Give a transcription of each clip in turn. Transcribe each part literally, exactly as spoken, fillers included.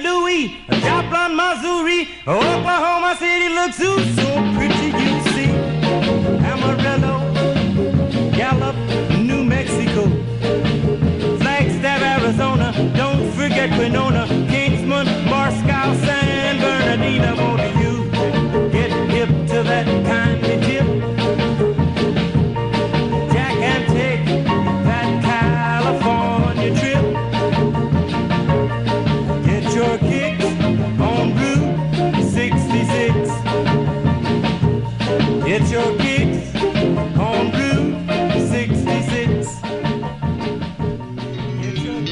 Saint Louis, Joplin, Missouri, Oklahoma City looks so, so pretty, you see. Amarillo, Gallup, New Mexico, Flagstaff, Arizona, don't forget Winona, Kingsman, Moscow, San Bernardino, won't you get hip to that kind of tip? Jack and take that California trip. Get your kicks on Route sixty-six. Get your kicks on Route sixty-six. Get your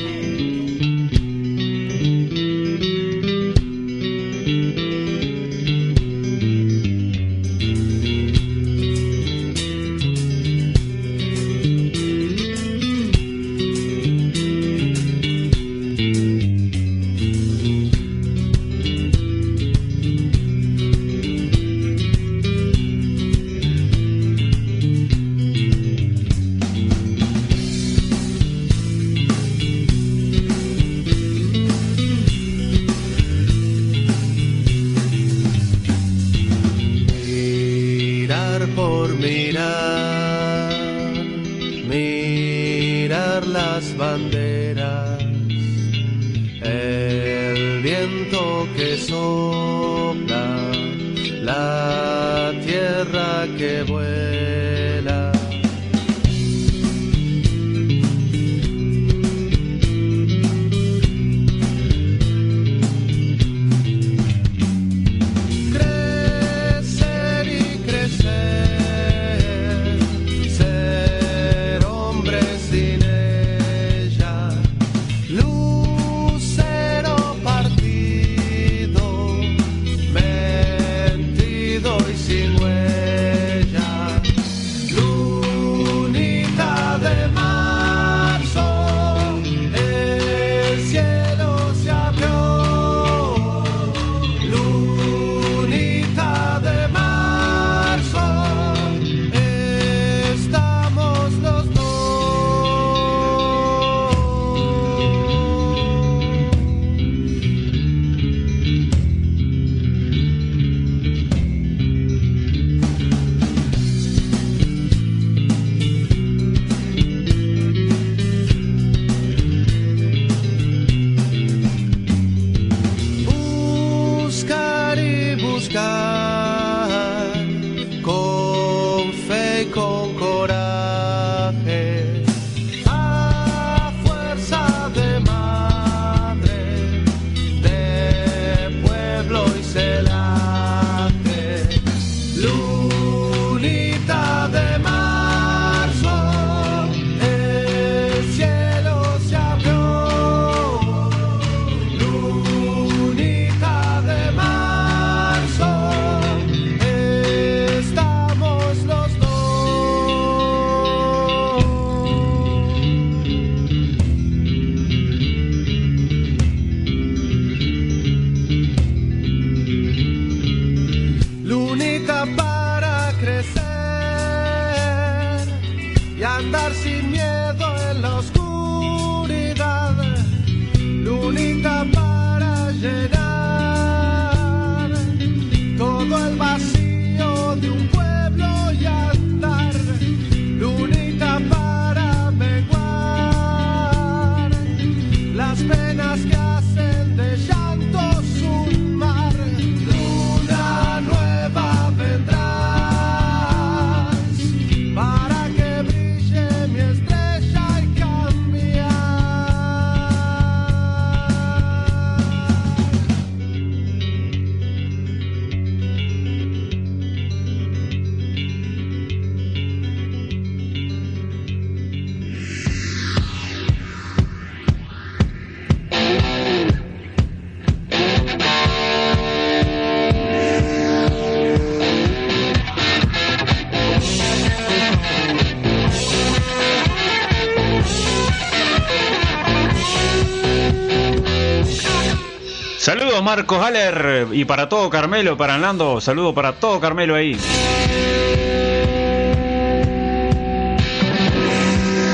por mirar, mirar las banderas, el viento que sopla, la tierra que vuela. Saludos Marcos Haller y para todo Carmelo, para Nando, saludo para todo Carmelo ahí.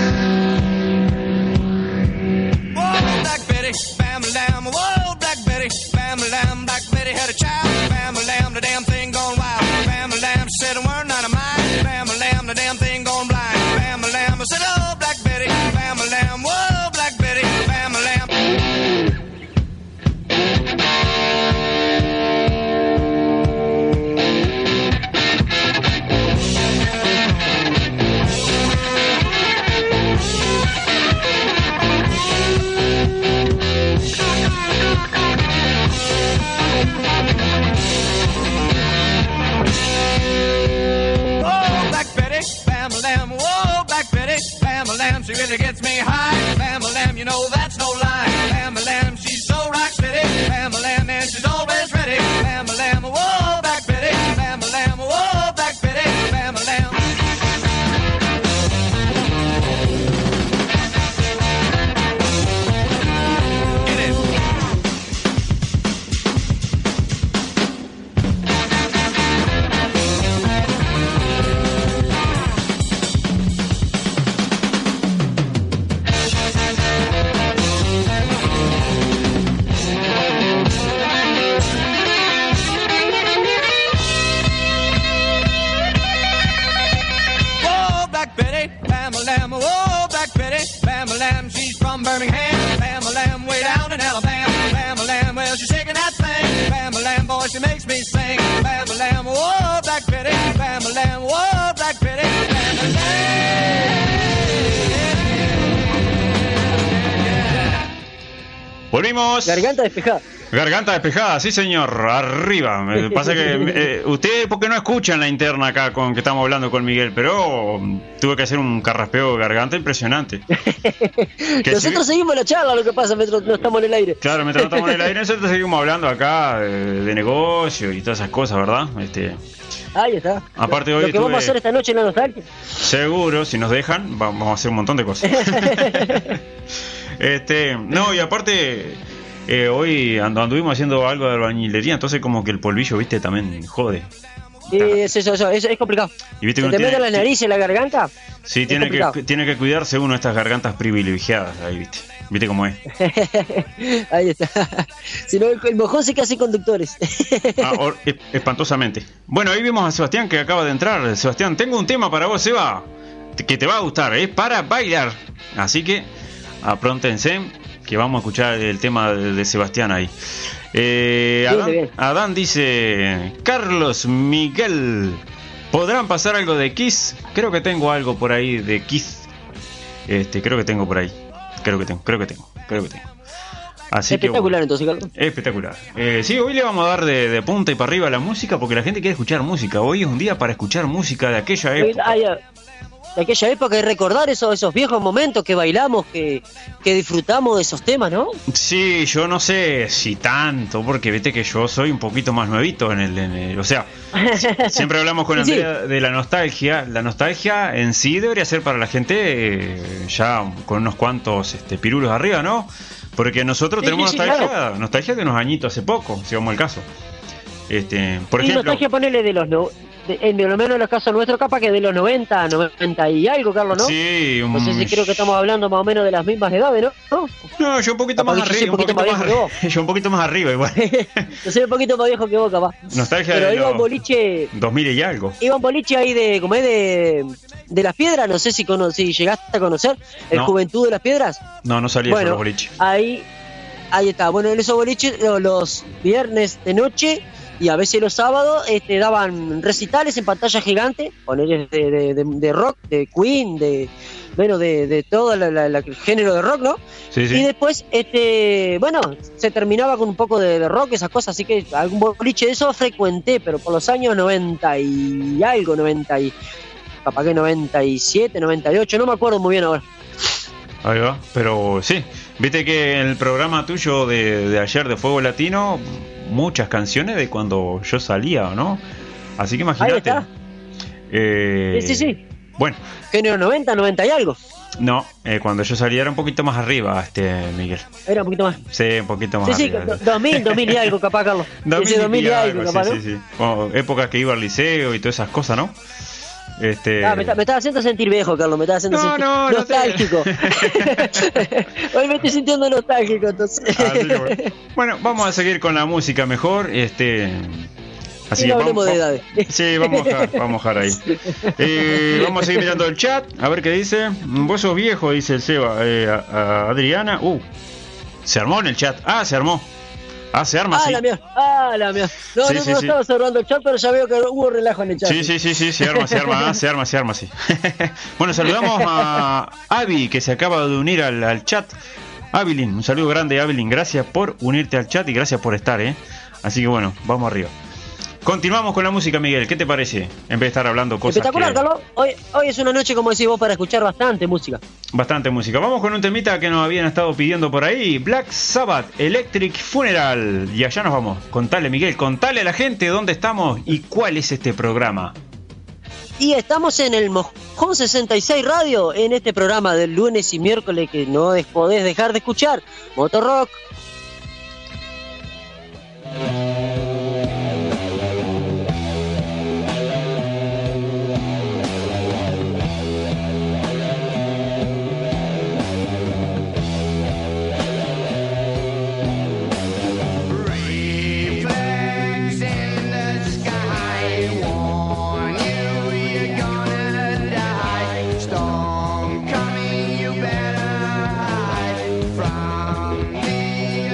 Whoa, Black Betty, bam, lamb, whoa, Black Betty, she gets me high. Bam-a-lam, you know that's no lie. Bam-a-lam, she's so rock steady. Bam-a-lam, and she's always ready. Bam-a-lam, whoa, back Betty. Bam-a-lam, whoa, back Betty. Bam-a-lam. Bam-a-lam, oh, back Betty. Bam-a-lam, she's from Birmingham. Bam-a-lam, way down in Alabama. Bam-a-lam, well, she's shaking that thing. Bam-a-lam, boy, she makes me sing. Bam-a-lam, oh, back Betty. Bam-a-lam, oh, back Betty. Bam-a-lam. Volvimos. Garganta despejada. Garganta despejada, sí señor, arriba. Me pasa que eh, ustedes porque no escuchan la interna acá con que estamos hablando con Miguel, pero tuve que hacer un carraspeo de garganta impresionante. Que nosotros si... seguimos la charla, lo que pasa mientras no estamos en el aire. Claro, mientras no estamos en el aire, nosotros seguimos hablando acá de, de negocio y todas esas cosas, ¿verdad? Este... Ahí está. Aparte hoy lo que estuve... vamos a hacer esta noche en la nostalgia. Seguro, si nos dejan, vamos a hacer un montón de cosas. este, no, y aparte... Eh, hoy and- anduvimos haciendo algo de albañilería, entonces como que el polvillo, viste, también jode. Sí, es eso, eso, es, es complicado. ¿Y viste ¿Se te tiene, mete la nariz y la garganta? Sí, tiene que, tiene que cuidarse uno de estas gargantas privilegiadas, ahí, viste. ¿Viste cómo es? Ahí está. Si no, el, el mojón se queda sin conductores. Ah, or, espantosamente. Bueno, ahí vimos a Sebastián que acaba de entrar. Sebastián, tengo un tema para vos, Seba, que te va a gustar, es para bailar. Así que apróntense, que vamos a escuchar el tema de, de Sebastián ahí. Eh, Adán, bien, bien. Adán dice: Carlos Miguel, ¿podrán pasar algo de Kiss? Creo que tengo algo por ahí de Kiss. Este, creo que tengo por ahí. Creo que tengo, creo que tengo, creo que tengo. Así espectacular, que, entonces, Carlos. Espectacular. Eh, sí, hoy le vamos a dar de, de punta y para arriba a la música porque la gente quiere escuchar música. Hoy es un día para escuchar música de aquella época. Ay, ay, de aquella época y recordar esos, esos viejos momentos que bailamos, que, que disfrutamos de esos temas, ¿no? Sí, yo no sé si tanto, porque viste que yo soy un poquito más nuevito en el... En el o sea, siempre hablamos con Andrea sí. de la nostalgia. La nostalgia en sí debería ser para la gente eh, ya con unos cuantos este, pirulos arriba, ¿no? Porque nosotros sí, tenemos sí, nostalgia, claro. nostalgia de unos añitos hace poco, si vamos al caso. Este, por sí, ejemplo, nostalgia ponerle de los... No... En lo menos en los casos nuestros, capaz que de los noventa, noventa y algo, Carlos, ¿no? Sí, un... no sé si creo que estamos hablando más o menos de las mismas edades, ¿no? No, no yo un poquito capaz más arriba, un poquito, poquito más, más yo un poquito más arriba igual. Yo soy un poquito más viejo que vos, capaz. Nostalgia. Pero de iba un boliche dos mil y algo. Iba un boliche ahí de, como es de, de Las Piedras, no sé si, cono, si llegaste a conocer el no. Juventud de Las Piedras. No, no salía bueno, los boliches. Ahí, ahí está. Bueno, en esos boliches los, los viernes de noche y a veces los sábados este, daban recitales en pantalla gigante, ponerles de, de, de, de rock, de Queen, de bueno, de, de todo la, la, la, el género de rock, ¿no? Sí, sí. Y después, este, bueno, se terminaba con un poco de, de rock, esas cosas, así que algún boliche de eso frecuenté, pero por los años noventa y algo, noventa y capaz que noventa y siete, noventa y ocho, no me acuerdo muy bien ahora. Ahí va, pero sí, viste que en el programa tuyo de, de ayer de Fuego Latino, muchas canciones de cuando yo salía, ¿no? Así que imagínate. Ahí está. Eh, sí, sí, sí. Bueno. Género noventa, noventa y algo. No, eh, cuando yo salía era un poquito más arriba, este Miguel. Era un poquito más. Sí, un poquito más sí, arriba. Sí, dos mil, dos mil y algo, capaz, Carlos. dos mil, dos mil y algo, algo, capaz, sí, ¿no? sí, sí. Como épocas que iba al liceo y todas esas cosas, ¿no? Este... Ah, me, me estaba haciendo sentir viejo, Carlos, me estaba haciendo no, sentir no, nostálgico. No te... Hoy me estoy sintiendo nostálgico, entonces. Ah, sí, bueno. bueno, vamos a seguir con la música mejor, este... Así y no que hablemos vamos, de edades. Sí, vamos a dejar, vamos a dejar ahí. Eh, vamos a seguir mirando el chat, a ver qué dice. Vos sos viejo, dice el Seba. Eh, a, a Adriana. Uh, se armó en el chat. Ah, se armó. Ah, se arma, ah, sí. la mía, ah, la mía. No, sí, no, sí, no sí. estaba cerrando el chat, pero ya veo que hubo relajo en el chat. Sí, sí, sí, sí, se arma, se arma, se arma, se arma, sí. Bueno, saludamos a Avi, que se acaba de unir al, al chat. Avilin, un saludo grande, Avilin. Gracias por unirte al chat y gracias por estar, ¿eh? Así que bueno, vamos arriba. Continuamos con la música, Miguel. ¿Qué te parece? En vez de estar hablando cosas Espectacular, que... Carlos. Hoy, hoy es una noche, como decís vos, para escuchar bastante música. Bastante música. Vamos con un temita que nos habían estado pidiendo por ahí. Black Sabbath, Electric Funeral. Y allá nos vamos. Contale, Miguel, contale a la gente dónde estamos y cuál es este programa. Y estamos en el Mojón sesenta y seis Radio, en este programa del lunes y miércoles que no podés dejar de escuchar. Motorrock. Storm coming, you better hide from the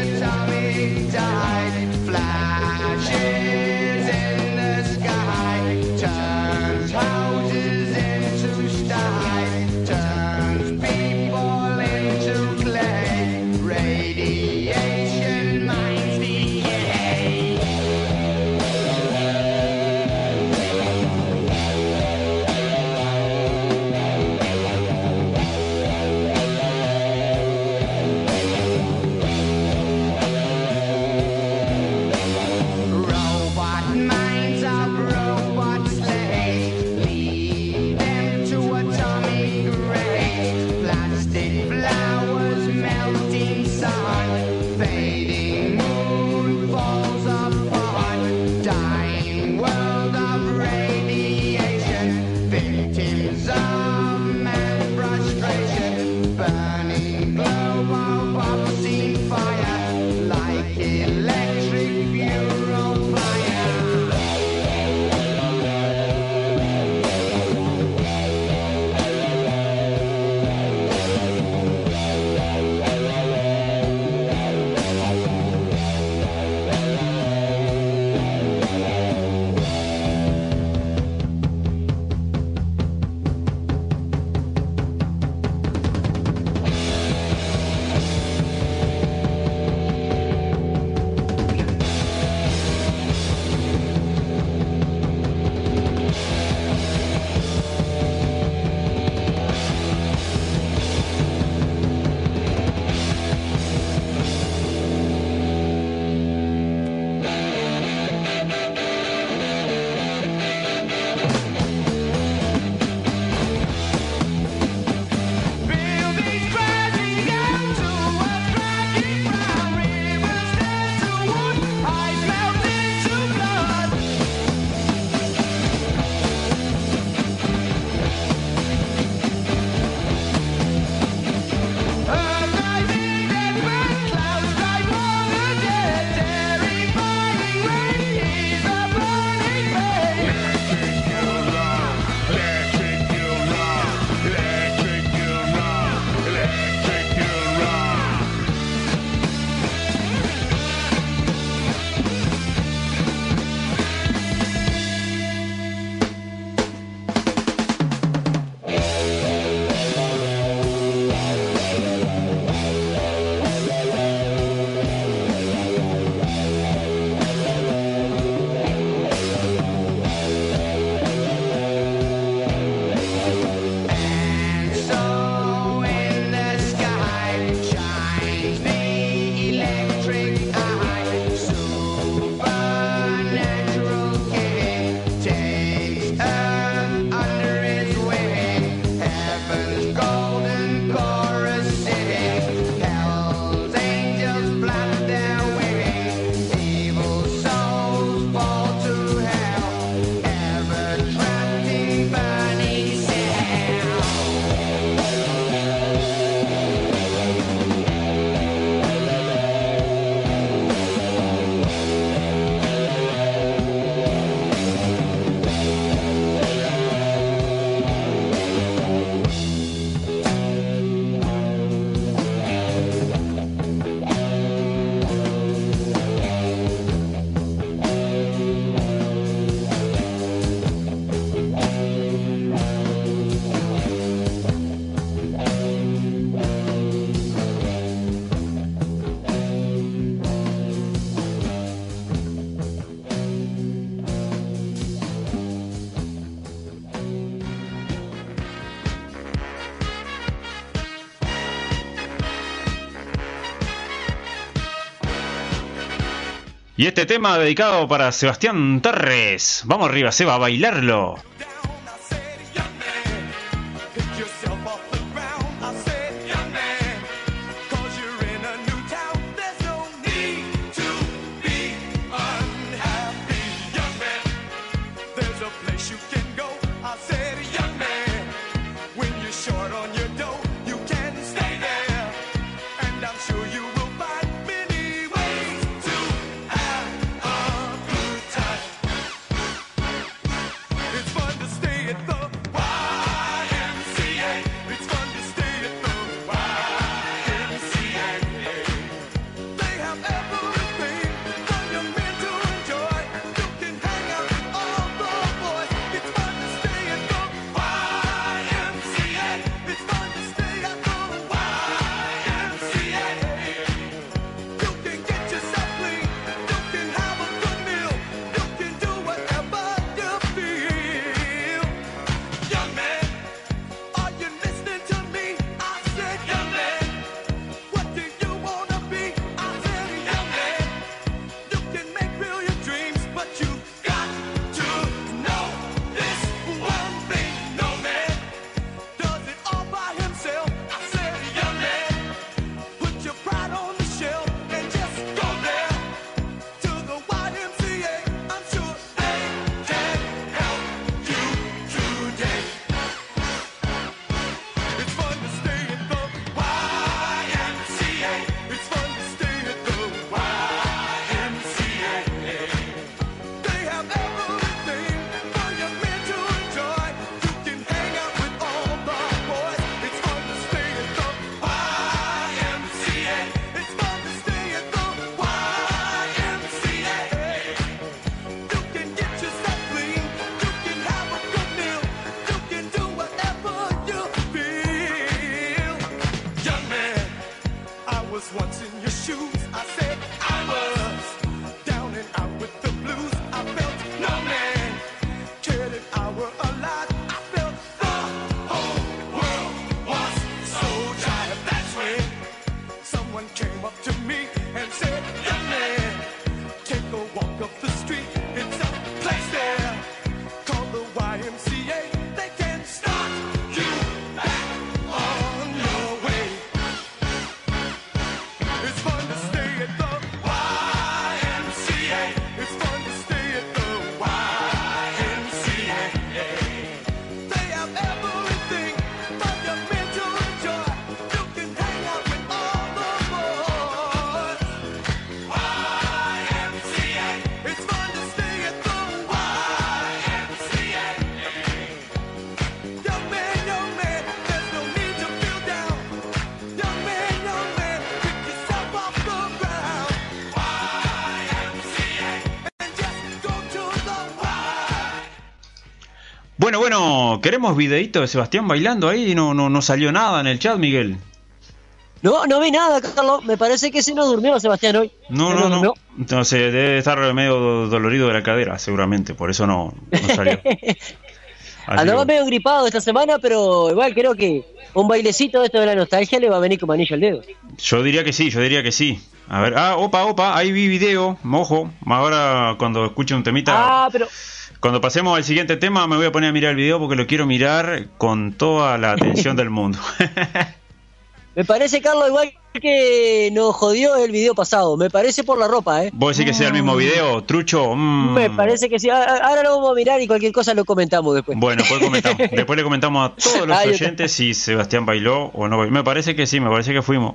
Y este tema dedicado para Sebastián Torres. Vamos arriba, Seba, a bailarlo. Bueno, bueno, queremos videíto de Sebastián bailando ahí y no, no, no salió nada en el chat, Miguel. No, no vi nada, Carlos. Me parece que se nos durmió Sebastián hoy. No, no, no. Entonces debe estar medio dolorido de la cadera, seguramente. Por eso no, no salió. Andaba medio gripado esta semana, pero igual creo que un bailecito de esto de la nostalgia le va a venir como anillo al dedo. Yo diría que sí, yo diría que sí. A ver, ah, opa, opa, ahí vi video, mojo. Ahora cuando escuche un temita... Ah, pero... Cuando pasemos al siguiente tema me voy a poner a mirar el video porque lo quiero mirar con toda la atención del mundo. Me parece, Carlos, igual que nos jodió el video pasado. Me parece por la ropa, ¿eh? ¿Vos decís que sea el mismo video, trucho? Mm. Me parece que sí. Ahora lo vamos a mirar y cualquier cosa lo comentamos después. Bueno, después comentamos. Después le comentamos a todos los oyentes si Sebastián bailó o no bailó. Me parece que sí, me parece que fuimos.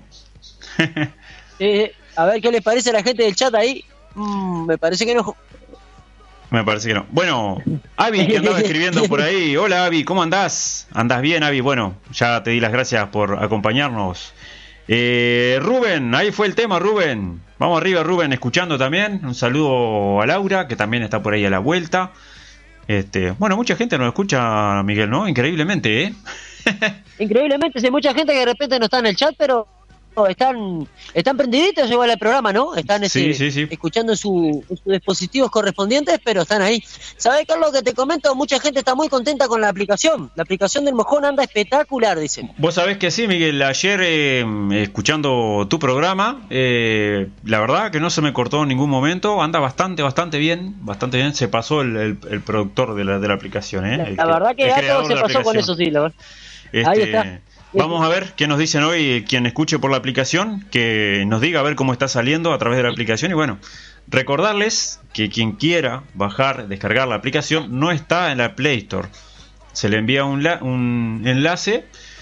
eh, a ver qué les parece a la gente del chat ahí. Mm, me parece que no... Me parece que no. Bueno, Avi, que andaba escribiendo por ahí. Hola, Avi, ¿cómo andás? ¿Andás bien, Avi? Bueno, ya te di las gracias por acompañarnos. Eh, Rubén, ahí fue el tema, Rubén. Vamos arriba, Rubén, escuchando también. Un saludo a Laura, que también está por ahí a la vuelta. Este, bueno, mucha gente nos escucha, Miguel, ¿no? Increíblemente, ¿eh? Increíblemente, sí, mucha gente que de repente no está en el chat, pero están están prendiditos igual al programa, ¿no? Están Sí, este, sí, sí. escuchando en, su, en sus dispositivos correspondientes, pero están ahí. ¿Sabés, Carlos, que te comento? Mucha gente está muy contenta con la aplicación. La aplicación del Mojón anda espectacular, dicen. Vos sabés que sí, Miguel. Ayer, eh, escuchando tu programa, eh, la verdad que no se me cortó en ningún momento. Anda bastante, bastante bien. Bastante bien. Se pasó el, el, el productor de la, de la aplicación, ¿eh? La, El la verdad que el Gato creador se de la pasó con aplicación. eso, sí, la verdad. Este, Ahí está. Vamos a ver qué nos dicen hoy quien escuche por la aplicación, que nos diga a ver cómo está saliendo a través de la aplicación. Y bueno, recordarles que quien quiera bajar, descargar la aplicación, no está en la Play Store. Se le envía un, la, un enlace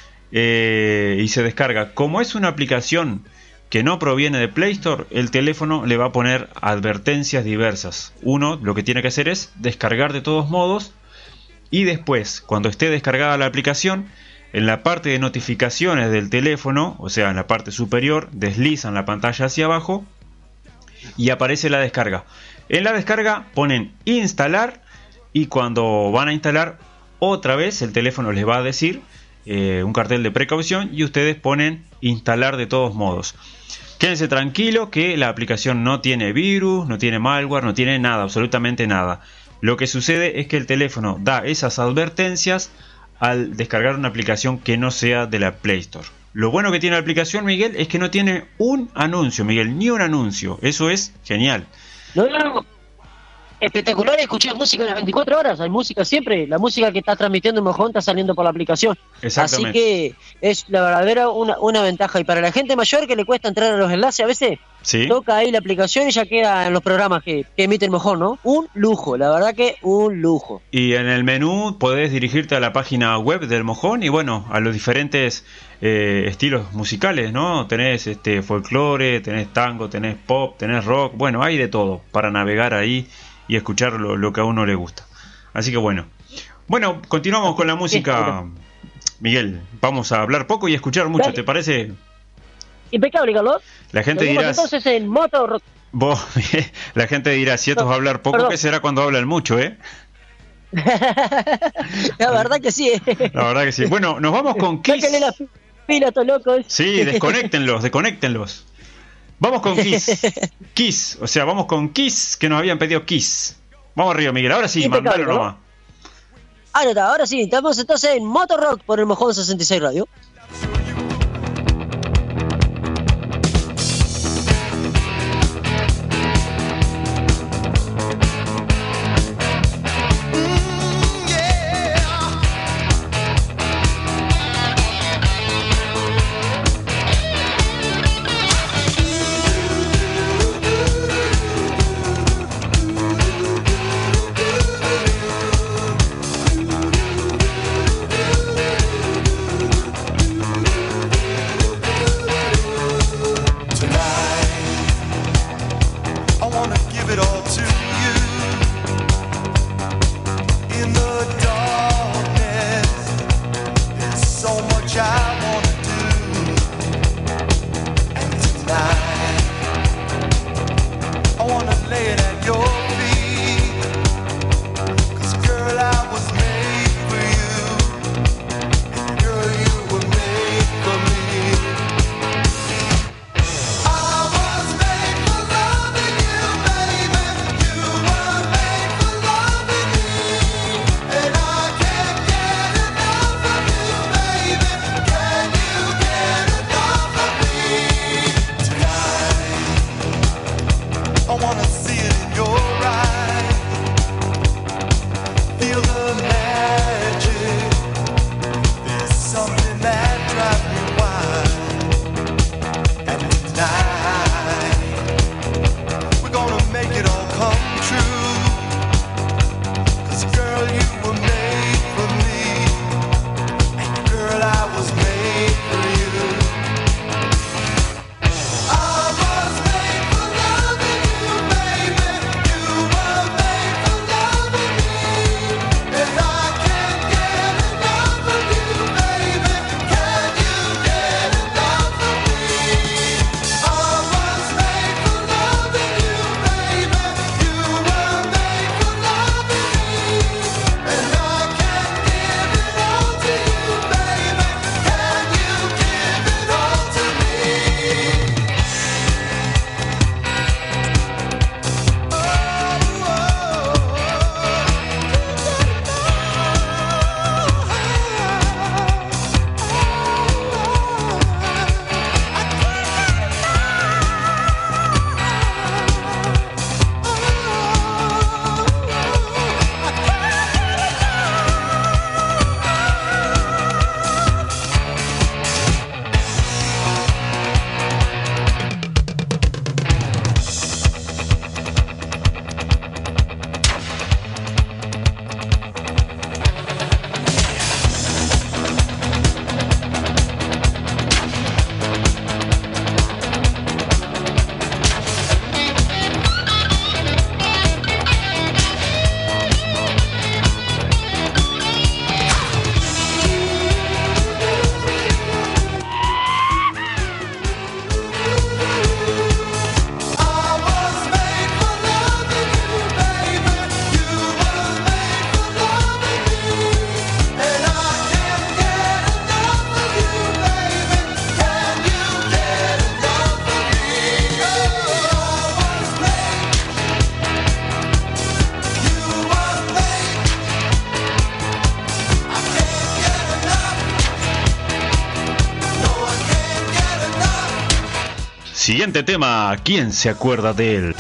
eh, y se descarga. Como es una aplicación que no proviene de Play Store, el teléfono le va a poner advertencias diversas. Uno lo que tiene que hacer es descargar de todos modos, y después, cuando esté descargada la aplicación, en la parte de notificaciones del teléfono, o sea, en la parte superior, deslizan la pantalla hacia abajo y aparece la descarga. En la descarga ponen instalar, y cuando van a instalar, otra vez el teléfono les va a decir eh, un cartel de precaución, y ustedes ponen instalar de todos modos. Quédense tranquilo que la aplicación no tiene virus, no tiene malware, no tiene nada, absolutamente nada. Lo que sucede es que el teléfono da esas advertencias al descargar una aplicación que no sea de la Play Store. Lo bueno que tiene la aplicación, Miguel, es que no tiene un anuncio, Miguel, ni un anuncio. Eso es genial. No, no, no. Espectacular escuchar música las veinticuatro horas. Hay música siempre. La música que está transmitiendo el Mojón está saliendo por la aplicación. Exactamente. Así que es la verdadera una, una ventaja. Y para la gente mayor que le cuesta entrar a los enlaces, a veces Sí. toca ahí la aplicación y ya queda en los programas que, que emite el Mojón, ¿no? Un lujo, la verdad que un lujo. Y en el menú podés dirigirte a la página web del Mojón y bueno, a los diferentes eh, estilos musicales, ¿no? Tenés este folclore, tenés tango, tenés pop, tenés rock. Bueno, hay de todo para navegar ahí y escuchar lo, lo que a uno le gusta. Así que bueno. Bueno, continuamos con la música, Miguel. Vamos a hablar poco y escuchar mucho, Dale. ¿te parece? Impecable, Carlos. La gente Seguimos dirá, entonces en Moto Rock. vos, la gente dirá, si esto es No, hablar poco, perdón. ¿qué será cuando hablan mucho, eh? La verdad que sí. La verdad que sí. Bueno, nos vamos con Kiss. Sáquenle la pila a estos locos. Sí, desconéctenlos, desconéctenlos. Vamos con Kiss. Kiss, o sea, vamos con Kiss, que nos habían pedido Kiss. Vamos arriba, Miguel. Ahora sí, Impecable, mandalo ¿no? nomás. Ahora está, ahora sí, estamos entonces en Moto Rock por el Mojón sesenta y seis Radio. Thank Siguiente tema, ¿quién se acuerda de él?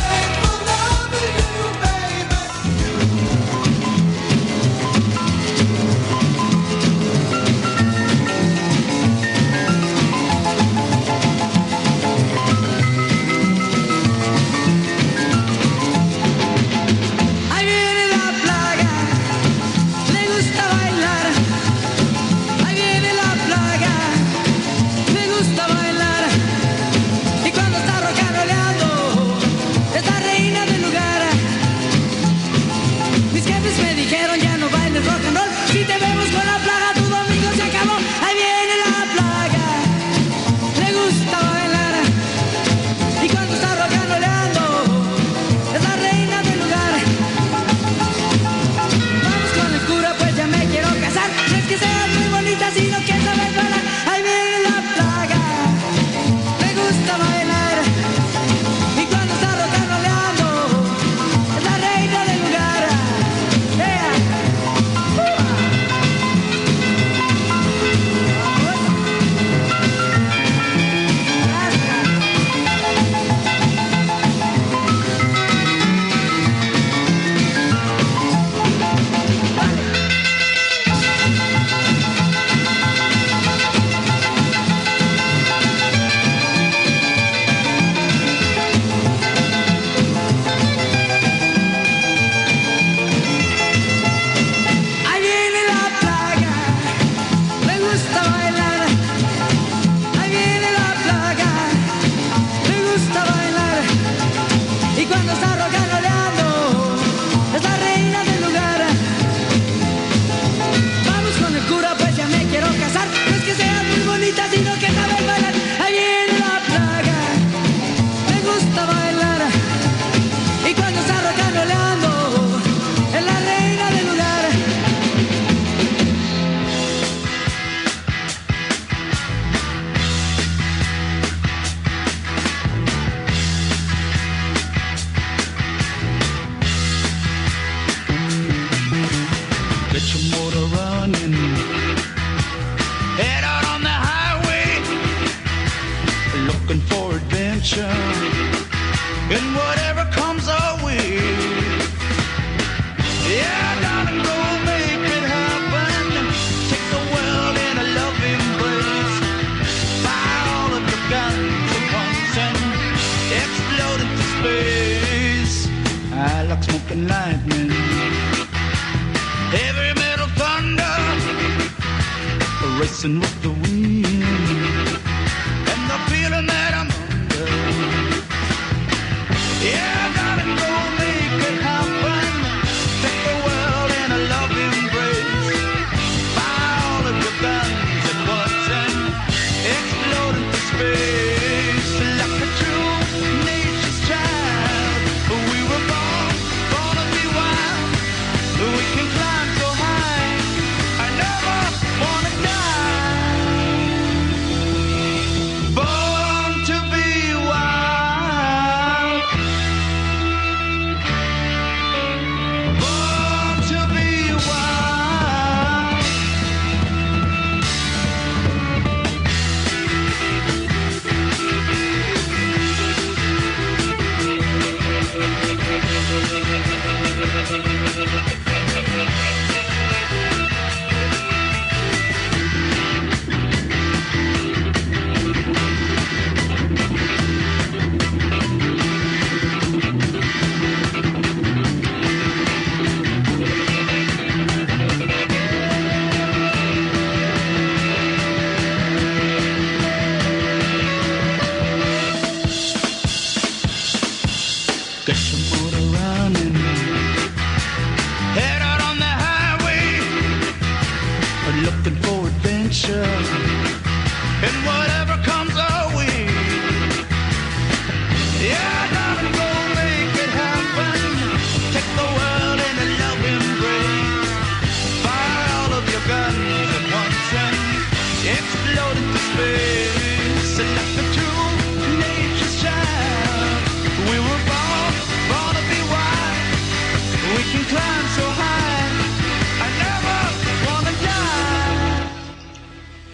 Get your motor running.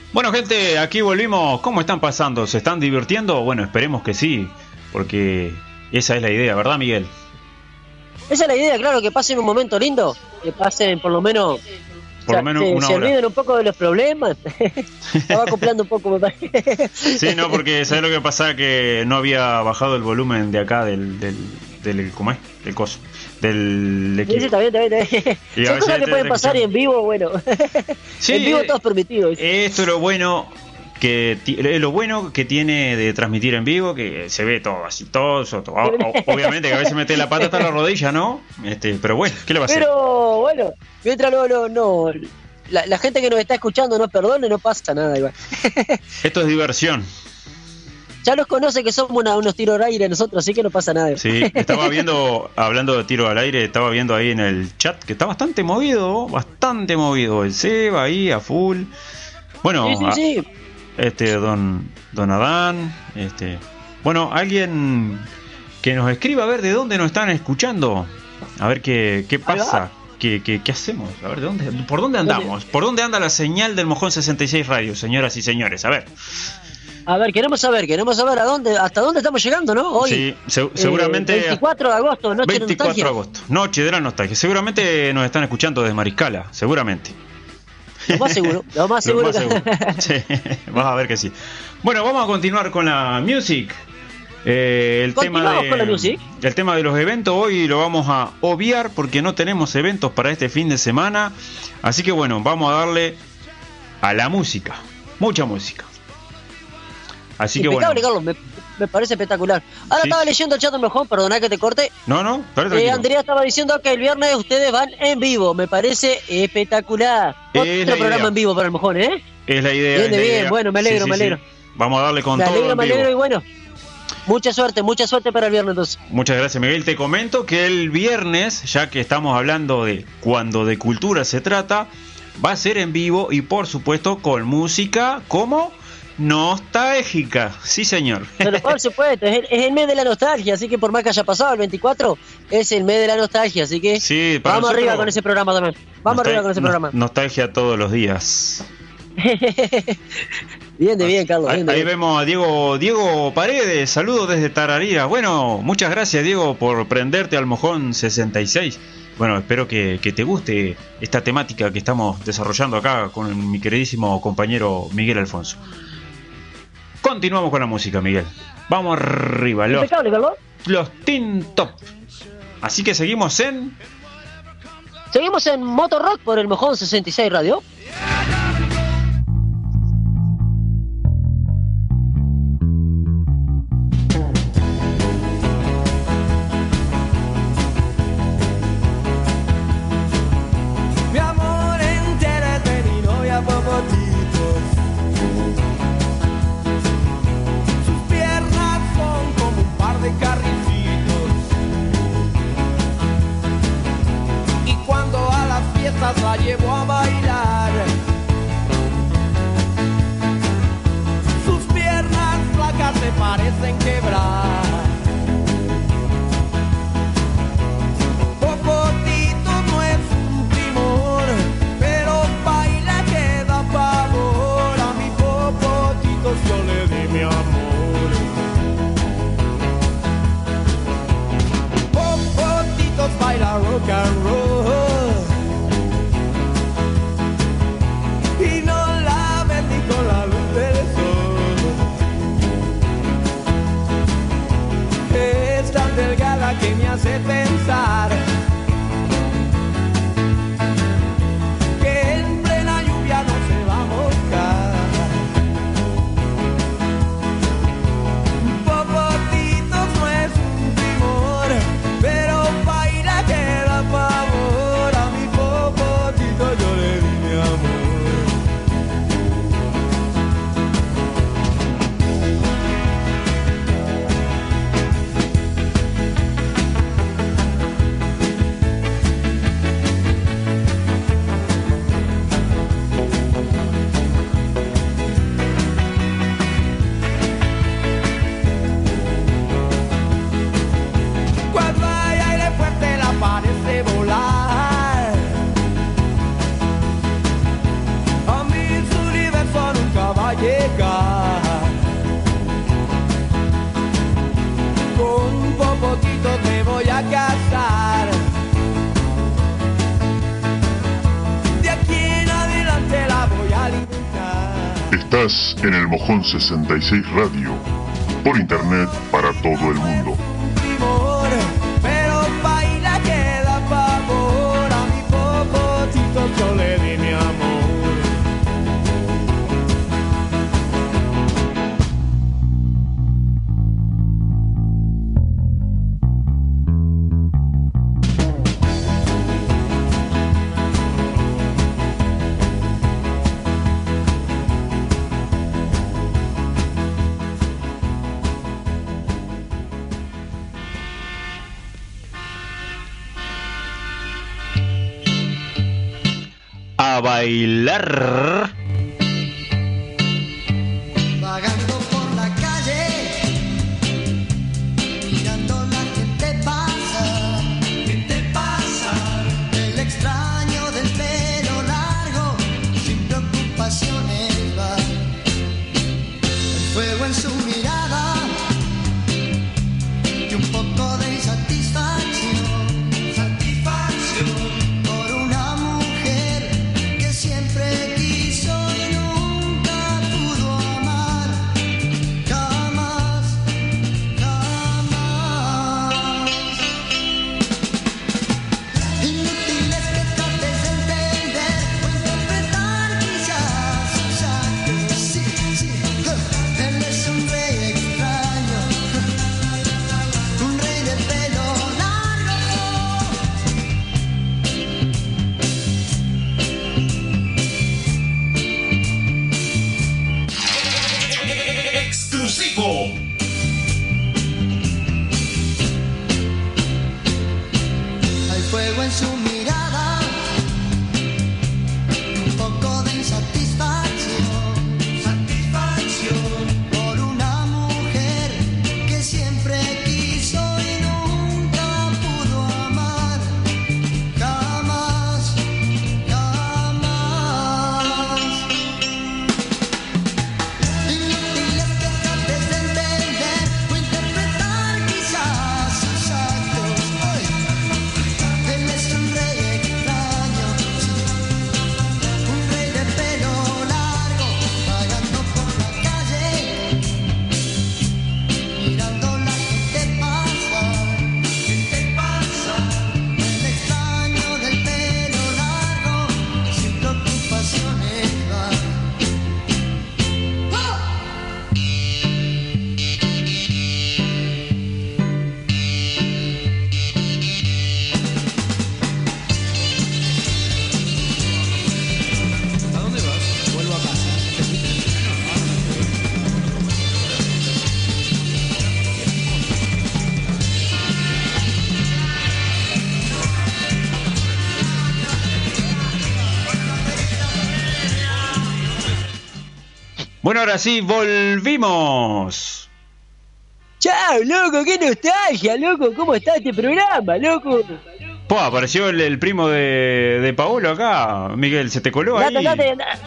Bueno, gente, aquí volvimos. ¿Cómo están pasando? ¿Se están divirtiendo? Bueno, esperemos que sí, porque esa es la idea, ¿verdad, Miguel? Esa es la idea, claro, que pasen un momento lindo, que pasen por lo menos... Por o sea, lo menos se, una se hora. olviden un poco de los problemas. Estaba acoplando un poco, me parece. Sí, no, porque ¿sabes lo que pasa? Que no había bajado el volumen de acá del... del, del ¿cómo es? Del coso. Del Sí, equipo. sí, está bien, está bien, está bien. Y a Son veces cosas que te pueden pasar y escuchan. en vivo, bueno. Sí, en vivo todo es permitido. Esto es lo bueno que ti- es lo bueno que tiene de transmitir en vivo, que se ve todo así, todo, todo, todo. O- o- obviamente que a veces mete la pata hasta la rodilla, ¿no? Este, pero bueno, ¿qué le va a hacer? Pero bueno, mientras no, no, no. La, la gente que nos está escuchando nos perdone, no pasa nada igual. Esto es diversión. Ya nos conoce que somos una- unos tiros al aire nosotros, así que no pasa nada. Sí, estaba viendo, hablando de tiro al aire, estaba viendo ahí en el chat que está bastante movido, bastante movido. El Seba ahí a full. Bueno, Sí, sí, a- sí. este don don Adán, este, bueno, alguien que nos escriba a ver de dónde nos están escuchando, a ver qué, qué Ahí va. pasa, qué, qué, qué hacemos, a ver de dónde, por dónde andamos, por dónde anda la señal del Mojón sesenta y seis Radio, señoras y señores, a ver. A ver, queremos saber, queremos saber a dónde, hasta dónde estamos llegando, ¿no? Hoy. Sí, se- eh, seguramente veinticuatro de agosto, noche de veinticuatro de nostalgia. agosto, noche de la nostalgia. Seguramente nos están escuchando desde Mariscala, seguramente. Lo más seguro, lo más Lo seguro. más que- seguro. Sí, vas a ver que sí. Bueno, vamos a continuar con la music. Eh, el tema Continuamos de, con la music. el tema de los eventos hoy lo vamos a obviar porque no tenemos eventos para este fin de semana. Así que bueno, vamos a darle a la música, mucha música. Así que bueno. Impecable, Carlos, me, me parece espectacular. Ahora Sí. estaba leyendo el chat del mejor, perdoná que te corte. No, no, dale, Eh, tranquilo. Andrea estaba diciendo que el viernes ustedes van en vivo, me parece espectacular. Es la Otro programa idea. en vivo para el mejor, ¿eh? Es la idea. Bien, es la bien, idea. bueno, me alegro, me alegro. Vamos a darle con Me todo alegro, en me vivo. alegro y bueno. Mucha suerte, mucha suerte para el viernes entonces. Muchas gracias, Miguel. Te comento que el viernes, ya que estamos hablando de cuando de cultura se trata, va a ser en vivo y por supuesto con música como nostálgica. Sí, señor. Pero por supuesto, es el, es el mes de la nostalgia, así que por más que haya pasado el veinticuatro, es el mes de la nostalgia, así que Sí, para vamos nosotros, arriba con ese programa también. Vamos nostal- arriba con ese no- programa. Nostalgia todos los días. Bien de bien, Carlos. Ahí, Bien de ahí bien. vemos a Diego Diego Paredes, saludos desde Tararira. Bueno, muchas gracias, Diego, por prenderte al Mojón sesenta y seis. Bueno, espero que, que te guste esta temática que estamos desarrollando acá con mi queridísimo compañero Miguel Alfonso. Continuamos con la música, Miguel. Vamos arriba, los, Impecable, Carlos. los Teen Top. Así que seguimos en... Seguimos en Motor Rock por el Mojón sesenta y seis Radio. Mi amor, entérate, mi novia Popotitos. Sus piernas son como un par de carricitos. Y cuando a las fiestas la llevo a bailar, sus piernas flacas me parecen quebrar. Popotito no es un primor, pero baila que da pavor. A mi Popotito yo le di mi amor. Popotitos baila rock and roll y no la ven ni con la luz del sol. Es tan delgada que me hace pensar que en plena lluvia no se va a mojar. Popotitos no es un primor, pero baila que da pavor. Estás en el Mojón sesenta y seis Radio, por internet para todo el mundo. Pero baila que da pavor, a mi popotito yo le di mi amor. A bailar. Vagando por la calle, mirando la gente pasar. ¿Qué te pasa? El extraño del pelo largo, sin preocupaciones va. El fuego en su mirada y un poco de insatisfacción. Satisfacción. Por una mujer que siempre quiso y nunca pudo amar, jamás, jamás. Inútil es que trates de entender o interpretar quizás sus actos. Sí, sí, él es un rey extraño, un rey de pelo largo. Exclusivo. Hay fuego en su mirada, un poco de insatisfacción, satisfacción por una mujer que siempre quiso y nunca pudo amar, jamás, jamás. Inútil es que trates de entender o interpretar quizás sus actos. Hoy él es un rey extraño, un rey de pelo largo, vagando por la calle, mirando la gente pasar. ¿Qué te pasa? El extraño del pelo largo, sin preocupaciones va. ¡Ah! ¿A dónde vas? Vuelvo a casa. Bueno, ahora sí, volvimos. Chao, loco, qué nostalgia, loco. ¿Cómo está este programa, loco? Po, apareció el, el primo de, de Paolo acá. Miguel, ¿se te coló ahí? Date, date, date.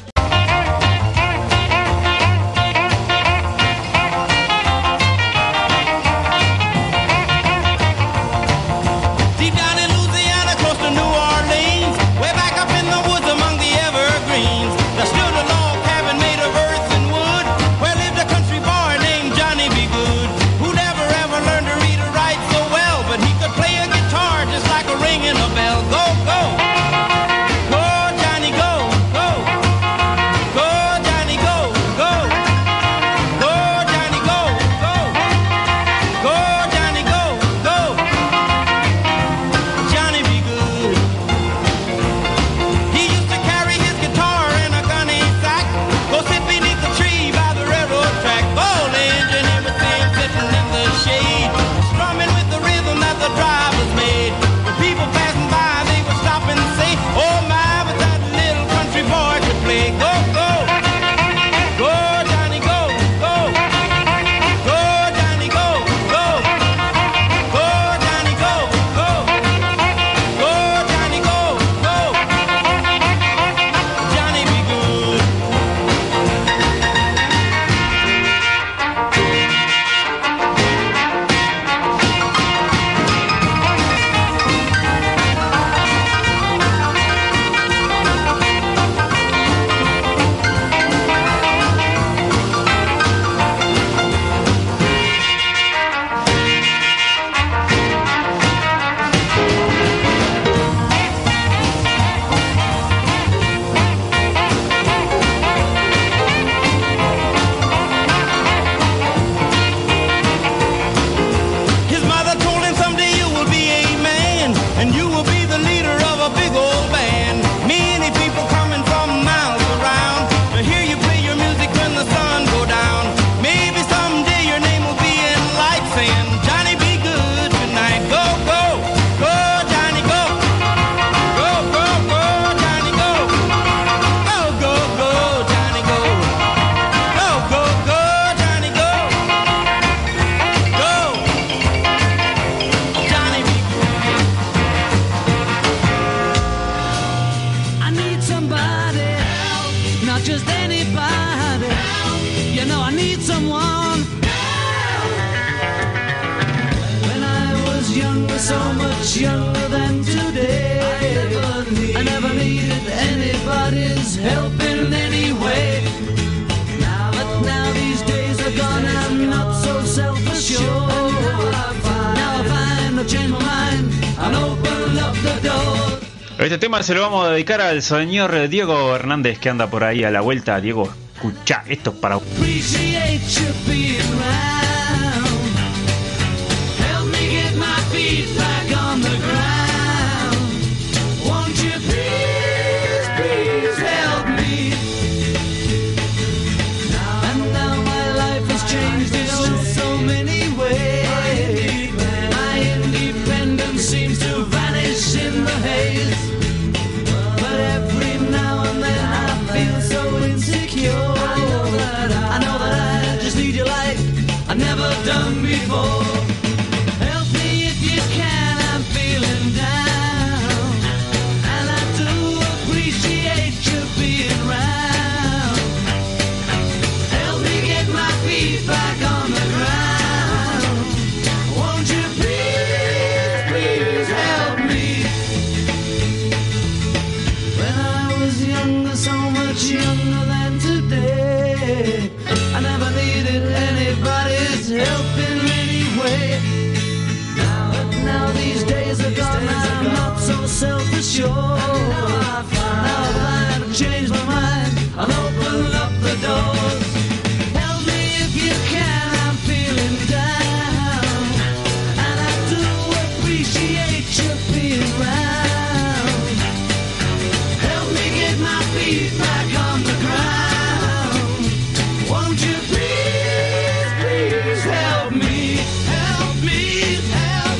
Deep down in Louisiana, close to New Orleans, way back up in the woods among the evergreens, there stood a log cabin made of earth and wood, where lived a country boy named Johnny B. Good, who never ever learned to read or write so well, but he could play a guitar just like a ringing a bell. Go, go, go, Johnny, go, go, go, Johnny, go, go, go, Johnny, go, go, go, Johnny, go, go. Johnny be good. He used to carry his guitar in a gunny sack, go sit beneath the tree by the railroad track. Old engine, he would see him sitting in the shade, strumming with the rhythm that the drivers made. When people passing much younger than today. I never needed anybody's help in any way. Now, but now these days are gone, I'm not so self-assured. Now I find I've changed my mind and opened up the door. Este tema se lo vamos a dedicar al señor Diego Hernández que anda por ahí a la vuelta. Diego, escucha, esto es para... Appreciate you being round. Help me get my feet back on the ground. Won't you please, please help me? And now my life has changed in oh so many ways. My independence seems to vanish in the haze. But every now and then I feel so insecure. I know that I just need you like I've never done before. Help me if you can, I'm feeling down. And I do appreciate you being round. Help me get my feet back on the ground. Won't you please, please help me? When I was younger, so much younger than today, I never needed anybody's help in any way. Now, but now these days are gone, I'm not so self-assured. Now I find I've changed my mind, I'll open up the doors. Help me if you can, I'm feeling down. And I do appreciate you being round. Help me get my feet back on the ground. Won't you please, please help me? Help me, help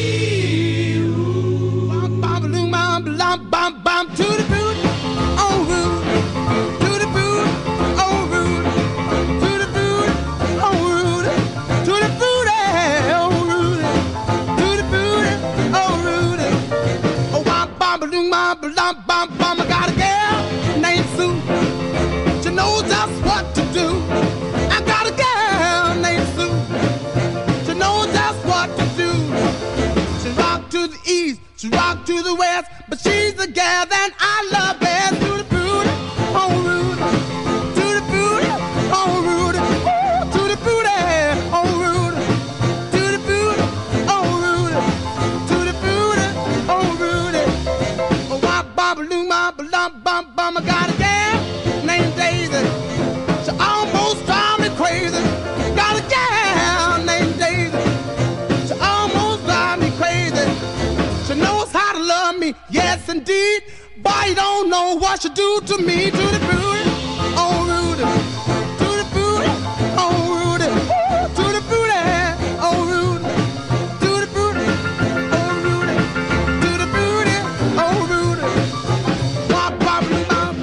me. Bum, bum, boom, bum, bum, bum, bum, to the boot, oh root, to the boot, oh root, to the boot, oh root, to the boot, oh root, to the boot, oh root. Oh, bum, bum, boom, bum, bum, bum, bum. I got a girl named Sue. She knows just what to do. I got a girl named Sue. She knows just what to do. She rock to the east, she rock to the west, but she's the gal that I love best. To the booty, oh Rudy, to the booty, oh Rudy, ooh, to the booty, oh Rudy, to the booty, oh Rudy, to the booty, oh Rudy. Oh, wop, bop, loom, bop, lump, bump, bum. I got a gal named Daisy. She almost drive me crazy. Got a gal named Daisy. She almost drive me crazy. She knows how to love me, yes indeed. Boy, you don't know what she do to me. To the booty, oh Rudy, to the booty, oh Rudy, ooh, to the booty, oh Rudy, to the booty, oh Rudy, to the booty, oh Rudy. Wop, wop, bop.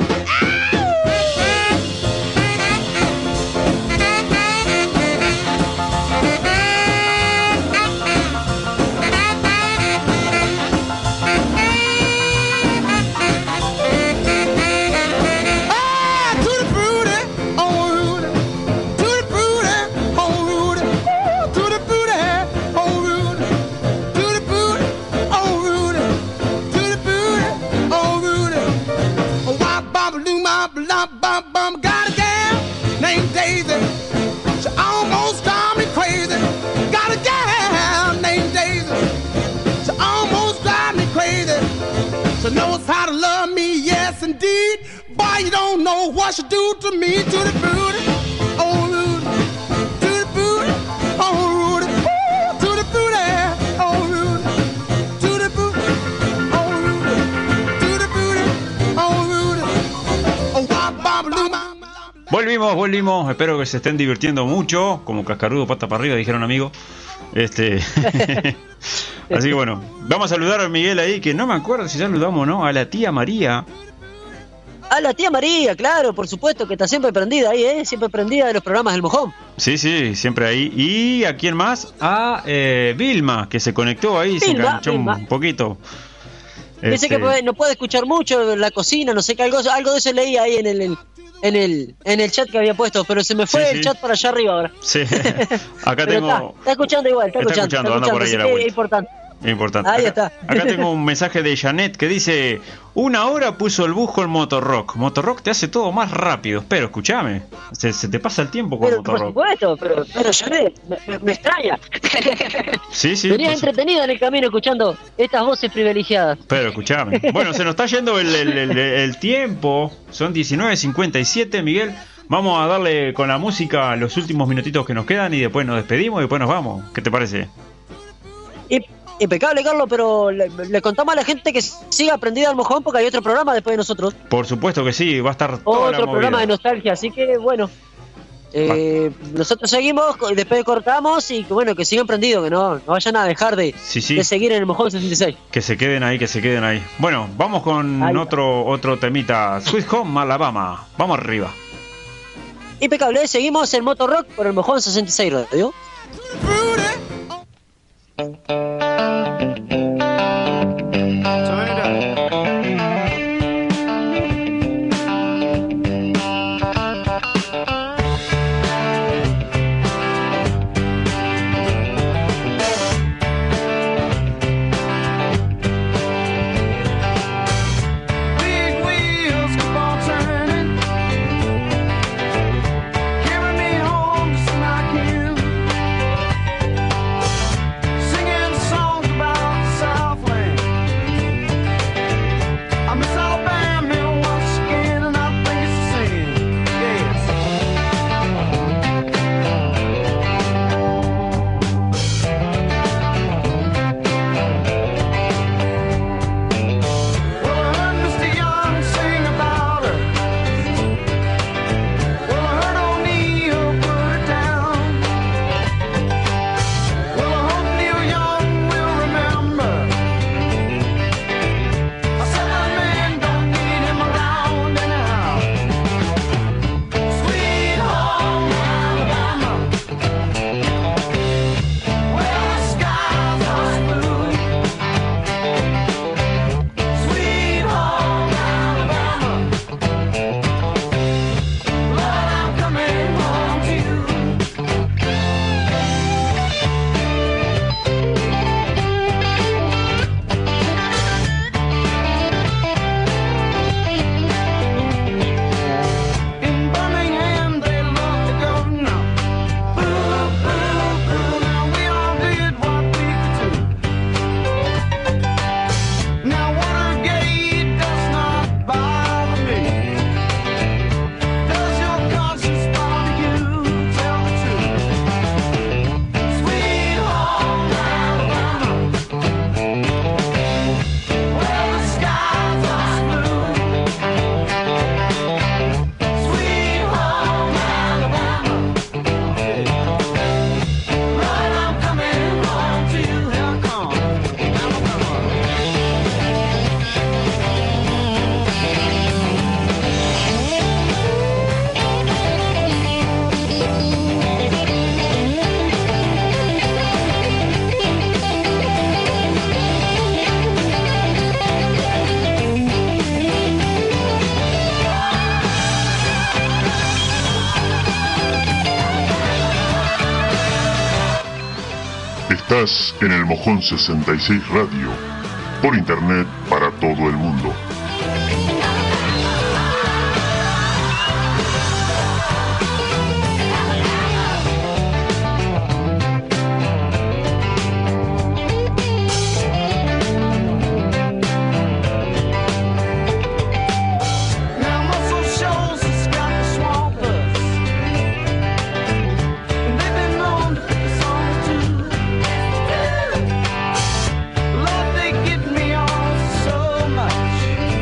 Ah, to the booty, oh Rudy, to the booty, oh Rudy, ooh, to the booty, oh Rudy, to the booty, oh Rudy, to the booty, oh Rudy. Oh, wop, bop, loom, bop, lump, bump, bum. Got a gal named Daisy. She almost drive me crazy. Got a gal named Daisy. She almost drive me crazy. She knows how to love me, yes indeed. Boy, you don't know what she do to me. To the booty, oh Rudy, to the booty, oh Rudy, ooh, to the booty, oh Rudy, to the booty, oh Rudy, to the booty, oh Rudy. Oh, wop, bop, loom, bop. Volvimos, volvimos. Espero que se estén divirtiendo mucho. Como cascarudo, pata para arriba, dijeron amigo. Este. Así que bueno, vamos a saludar a Miguel ahí, que no me acuerdo si saludamos o no, a la tía María. A la tía María, claro, por supuesto, que está siempre prendida ahí, ¿eh? Siempre prendida de los programas del Mojón. Sí, sí, siempre ahí. ¿Y a quién más? A eh, Vilma, que se conectó ahí, se Vilma, enganchó Vilma. un poquito. Dice Este, que puede- no puede escuchar mucho la cocina, no sé qué, algo, algo de eso leí ahí en el, en, en el en el chat que había puesto, pero se me fue Sí, el sí. chat para allá arriba ahora. Sí, acá Pero tengo. está, está escuchando igual, está, Está escuchando, escuchando, anda por ahí así a la que vuelta. es importante. Importante. Ahí Acá, está. acá tengo un mensaje de Janet que dice: una hora puso el busco el Motorrock. Motorrock te hace todo más rápido. Pero escúchame, se, se te pasa el tiempo con Pero por Motorrock. supuesto, pero, pero Janet, me, me- me extraña. Sí, sí. Venía por su- entretenida en el camino escuchando estas voces privilegiadas. Pero escúchame. Bueno, se nos está yendo el, el- el- el tiempo. Son diecinueve cincuenta y siete, Miguel. Vamos a darle con la música los últimos minutitos que nos quedan y después nos despedimos y después nos vamos. ¿Qué te parece? Y- Impecable, Carlos, pero le, le contamos a la gente que siga prendida al mojón porque hay otro programa después de nosotros. Por supuesto que sí, va a estar toda la Otro programa de movida. nostalgia, así que bueno. eh, nosotros seguimos, co- después cortamos y que bueno, que sigan prendidos, que no, no vayan a dejar de, Sí, sí. de seguir en el mojón sesenta y seis. Que se queden ahí, que se queden ahí. Bueno, vamos con Ahí. otro otro temita. Sweet Home Alabama. Vamos arriba. Impecable, seguimos en Motor Rock por el mojón sesenta y seis Radio. Turn it up. Big wheels keep on turning, carry me home just like you. Singing songs about the Southland. I miss Alabama once again, and I think it's the same. Yes. Well, I heard Mister Young sing about her. Well, I heard O'Neill put her down. Well, I hope Neil Young will remember. I said that man don't need him around anyhow. Sweet home Alabama, where the skies are blue. Sweet home Alabama, Lord, I'm coming home to you. In Birmingham, they love to go now. Boo, boo, boo. Now we all did what we could do. Now Watergate does not bother me. Does your conscience bother you? Tell the truth. Sweet home Alabama, where the skies are blue. Sweet home Alabama, Lord, I'm coming home to you. Here I come, Alabama. Estás en el Mojón sesenta y seis Radio, por internet para todo el mundo. Now Muscle Shoals has got the swampers, and they've been known to pick a song or two. Lord, they get me on so much.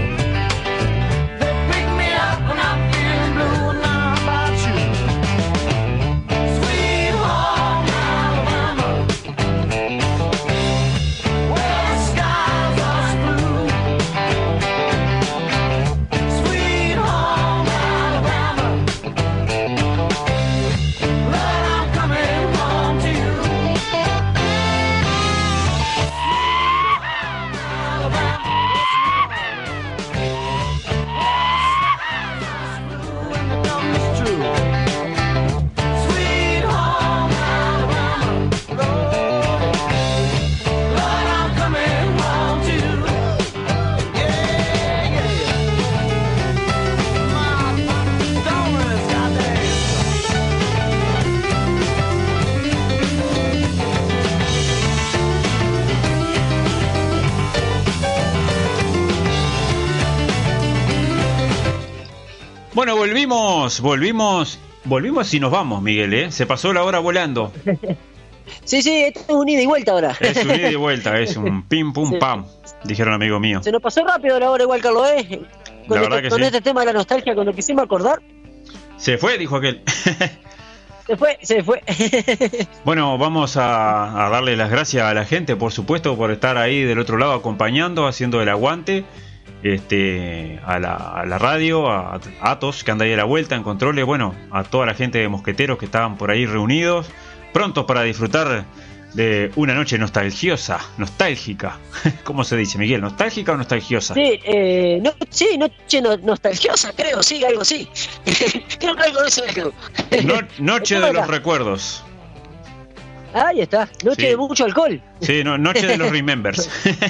Bueno, volvimos, volvimos, volvimos y nos vamos, Miguel, ¿eh? Se pasó la hora volando. Sí, sí, esto es un ida y vuelta ahora. Es un ida y vuelta, es un pim pum Sí. pam, dijeron amigo mío. Se nos pasó rápido la hora igual, Carlos, ¿eh? Con, La verdad este, que con sí. este tema de la nostalgia, cuando quisimos acordar, Se fue, dijo aquel. se fue, se fue. Bueno, vamos a, a darle las gracias a la gente, por supuesto, por estar ahí del otro lado acompañando, haciendo el aguante. Este, a la, a la radio, a, a Atos, que anda ahí a la vuelta en controles, bueno, a toda la gente de Mosqueteros que estaban por ahí reunidos, prontos para disfrutar de una noche nostalgiosa, nostálgica. ¿Cómo se dice, Miguel? ¿Nostálgica o nostalgiosa? Sí, eh, no, sí, noche no, nostalgiosa, creo, sí, algo así. Creo que algo de eso creo. No- noche Está de los acá. recuerdos. Ahí está, noche Sí. de mucho alcohol. Sí, no, noche de los remembers.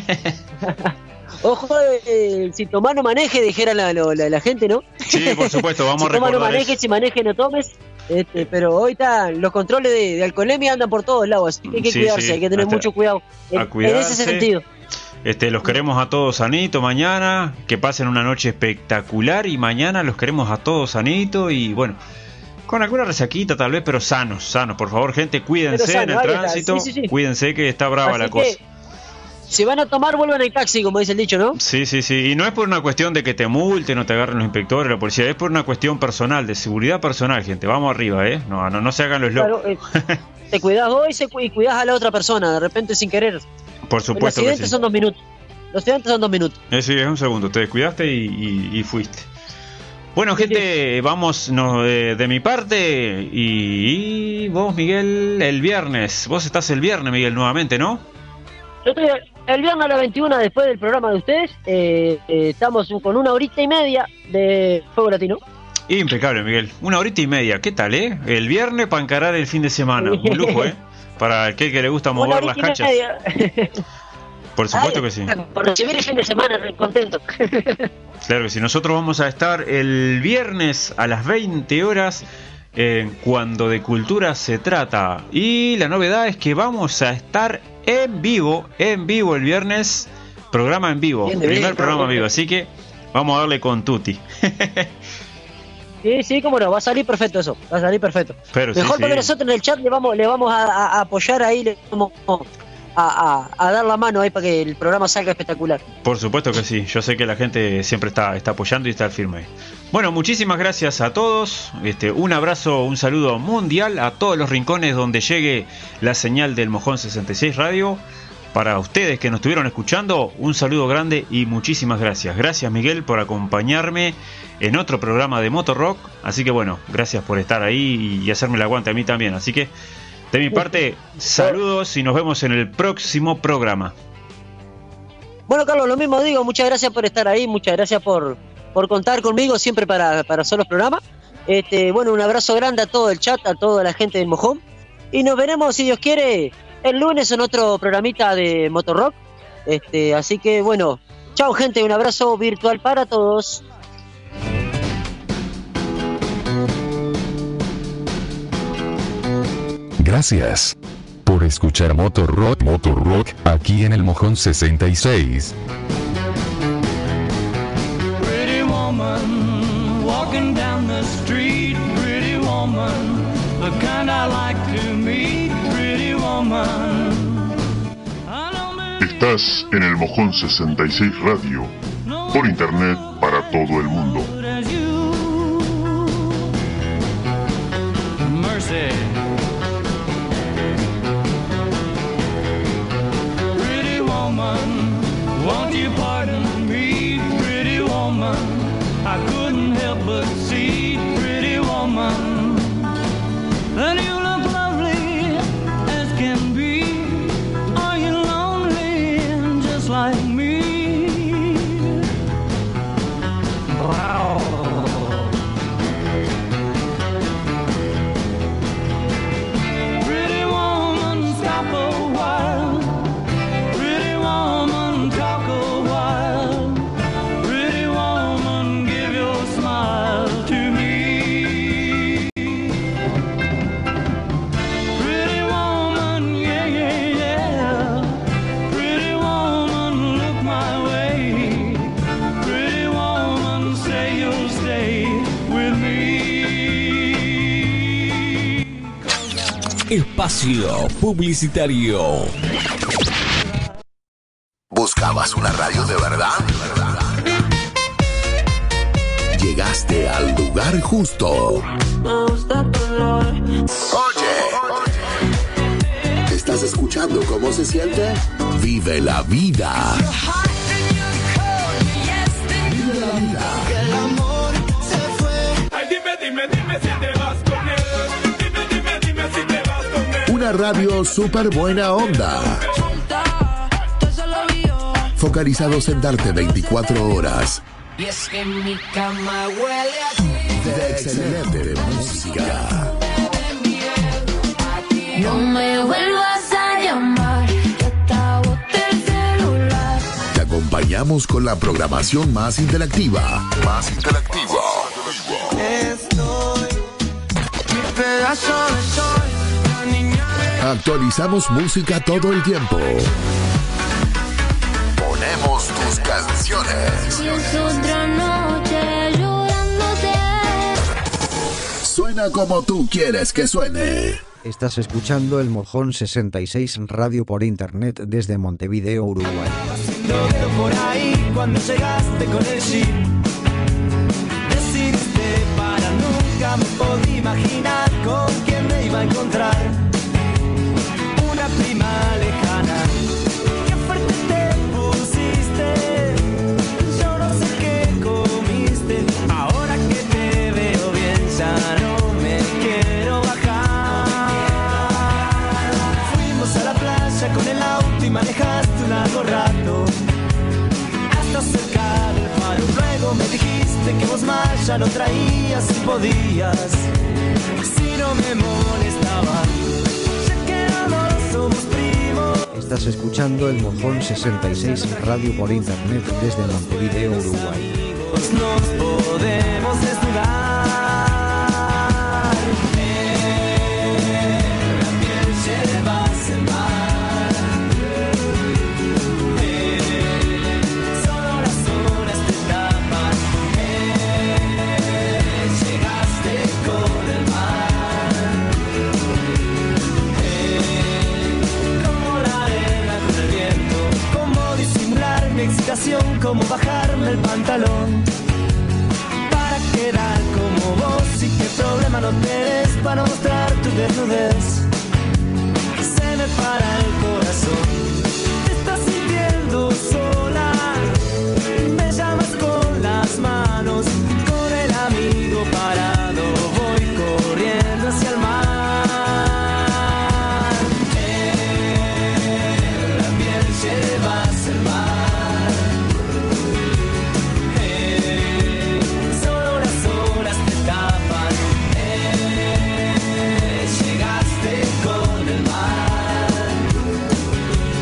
Ojo, eh, si tomás no maneje, dijera la, la, la- la gente, ¿no? Sí, por supuesto, vamos si a tomás no recordar manejes, eso. si maneje no tomes. Este, pero hoy están los controles de, de alcoholemia andan por todos lados, así que hay que Sí, cuidarse, sí, hay que tener hasta- mucho cuidado en, a en cuidarse. ese sentido. Este, los queremos a todos sanitos mañana, que pasen una noche espectacular y mañana los queremos a todos sanitos y bueno, con alguna resaquita tal vez, pero sanos, sanos, por favor gente, cuídense Pero sano, en el ahí está, tránsito, sí, sí, sí. cuídense que está brava Así la que, cosa. si van a tomar, vuelvan en taxi, como dice el dicho, ¿no? Sí, sí, sí, y no es por una cuestión de que te multen o te agarren los inspectores, la policía, es por una cuestión personal, de seguridad personal, gente, vamos arriba, ¿eh? No, no, no se hagan los locos. Claro, eh, te cuidás vos y, se cu- y cuidás a la otra persona, de repente sin querer. Por Los supuesto que accidentes sí. son dos minutos. Los accidentes son dos minutos. Eh, sí, es un segundo, te descuidaste y, y- y fuiste. Bueno, gente, vamos no, de, de mi parte y, y vos, Miguel, el viernes. Vos estás el viernes, Miguel, nuevamente, ¿no? Yo estoy el viernes a las veintiuna después del programa de ustedes. eh, eh, estamos con una horita y media de Fuego Latino. Impecable, Miguel. Una horita y media, ¿qué tal, eh? El viernes para encarar el fin de semana. Un lujo, ¿eh? Para aquel que le gusta Una mover las horita y cachas. media. Por supuesto Ay, que sí. Por recibir el fin de semana, re contento. Claro que sí. Nosotros vamos a estar el viernes a las veinte horas eh, cuando de cultura se trata. Y la novedad es que vamos a estar en vivo, en vivo el viernes, programa en vivo, Bien, de primer bien, programa en bien. vivo. Así que vamos a darle con Tutti. Sí, sí, cómo no, va a salir perfecto eso, va a salir perfecto. Pero sí, Mejor sí. porque nosotros en el chat le vamos, le vamos a, a- a apoyar ahí, le vamos a, a- a dar la mano ahí para que el programa salga espectacular. Por supuesto que sí, yo sé que la gente siempre está, está apoyando y está firme. Bueno, muchísimas gracias a todos, este, un abrazo, un saludo mundial a todos los rincones donde llegue la señal del Mojón sesenta y seis Radio. Para ustedes que nos estuvieron escuchando, un saludo grande y muchísimas gracias. Gracias, Miguel, por acompañarme en otro programa de Motorrock. Así que bueno, gracias por estar ahí y hacerme el aguante a mí también. Así que de mi parte, saludos y nos vemos en el próximo programa. Bueno, Carlos, lo mismo digo, muchas gracias por estar ahí, muchas gracias por, por contar conmigo siempre para, para hacer los programas. Este, bueno, un abrazo grande a todo el chat, a toda la gente del Mojón. Y nos veremos, si Dios quiere, el lunes en otro programita de Motorrock. Este, así que bueno, chao gente, un abrazo virtual para todos. Gracias por escuchar Motorrock Motorrock aquí en el Mojón sesenta y seis. Pretty woman, walking down the street. Pretty woman, the kind I like to meet. Pretty woman. I don't believe Estás en el Mojón sesenta y seis Radio, por internet para todo el mundo. good as you. Mercy. Pretty woman, won't you pardon me? Pretty woman, I couldn't help but see. Pretty woman, and you look lovely as can be. Are you lonely just like me? Wow. Pretty woman, stop a while. Pretty woman, talk a while. Pretty woman, give your smile Espacio publicitario. ¿Buscabas una radio de verdad? Llegaste al lugar justo. Oye, ¿estás escuchando cómo se siente? Vive la vida. Vive la vida. El amor se fue. Ay, dime, dime, dime si te vas con él. Dime, dime, dime si te vas con él. Una radio súper buena onda. Focalizados en darte veinticuatro horas Y es que mi cama huele a ti. de excelente música. No me vuelvas a llamar, que hasta boté el celular. Te acompañamos con la programación más interactiva. Más interactiva. Estoy mi pedazo de sol, la niña. Actualizamos música todo el tiempo. Ponemos tus canciones. Y es otra noche llorándote. Suena como tú quieres que suene. Estás escuchando el Mojón sesenta y seis Radio por internet desde Montevideo, Uruguay. Lo veo por ahí cuando llegaste con el jeep. Decidiste para nunca me podía imaginar con quién me iba a encontrar. Una prima lejana. Qué fuerte te pusiste. Yo no sé qué comiste. Ahora que te veo bien ya no me quiero bajar. Fuimos a la playa con el auto y manejaste un largo rato hasta cerca del faro. Luego me dijiste que vos más ya no traías si podías, si no me molestaba, ya que ambos somos primos. Estás escuchando el Mojón sesenta y seis Radio por internet desde Montevideo, Uruguay. Nos podemos desnudar. En la piel llevas el mar. Solo las horas te tapan. Llegaste con el mar. Como la arena con el viento. Cómo disimular mi excitación, cómo bajarme el pantalón para quedar como vos. Y qué problema no tenés para mostrar tu desnudez. Se me para el corazón. Te estás sintiendo sola. Me llamas con las manos, con el amigo parado. Voy corriendo hacia el mar. En la piel llevas el mar. Solo las horas te tapan. Llegaste con el mar.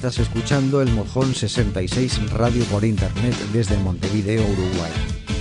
Estás escuchando el Mojón sesenta y seis Radio por Internet desde Montevideo, Uruguay.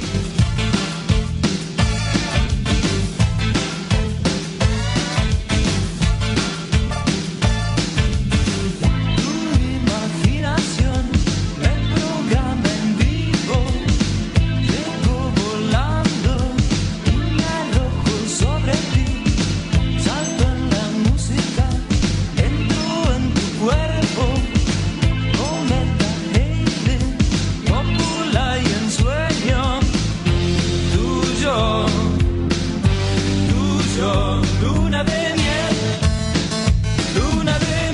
Imaginación, el programa en vivo, llegó volando y me arrojó sobre ti, salto en la música, entro en tu cuerpo, cometa Heidi, cópula y ensueño, tuyo, tuyo, luna de miel, luna de miel.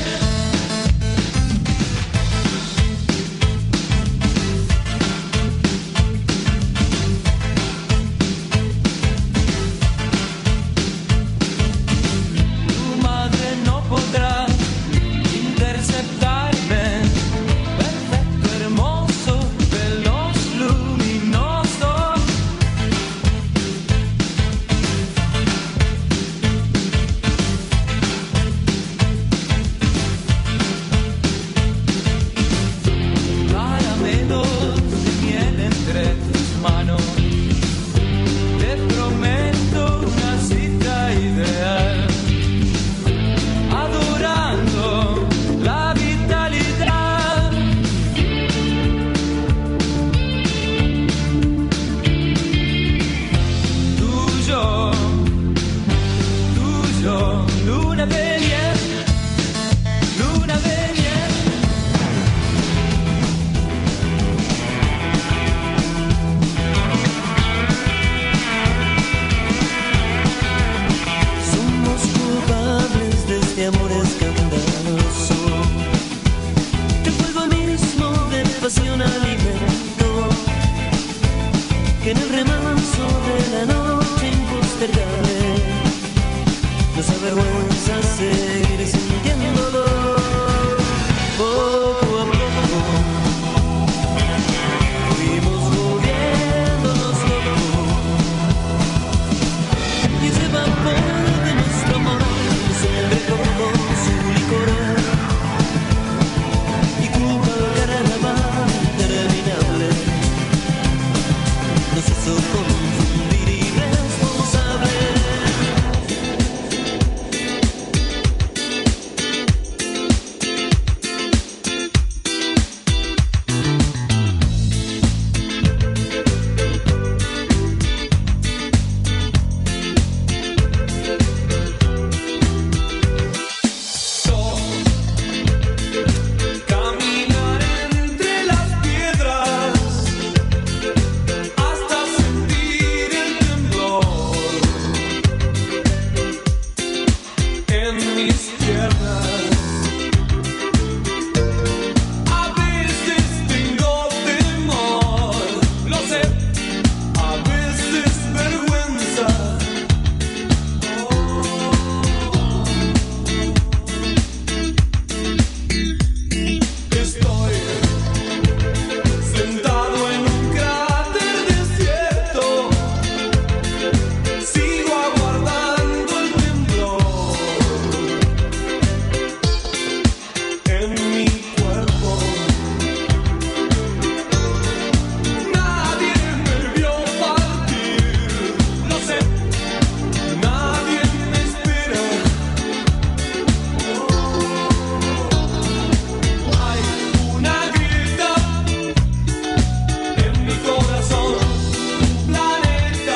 Tu madre no podrá interceptarme, perfecto, hermoso, veloz, luminoso. Caramelos de miel entre tus manos, te prometo una cita ideal, adorando la vitalidad. Tuyo, tuyo, luna de miel, luna de miel. Somos culpables de este amor escandaloso, de fuego mismo, de pasión alimento, que en el remanso de la noche impostergable nos avergüenza seguir sintiéndolo. Poco a poco fuimos volviéndonos locos, y ese vapor de nuestro amor se embriagó con su licor y culpa al carnaval interminable nos hizo confundir irresponsables. Caminar entre las piedras hasta sentir el temblor en mis piernas. A veces tengo temor, lo sé, a veces vergüenza. Estoy sentado en un cráter desierto, sigo aguardando el temblor en mi cuerpo. Nadie me vio partir, lo sé, nadie me espera. Hay una grieta en mi corazón, un planeta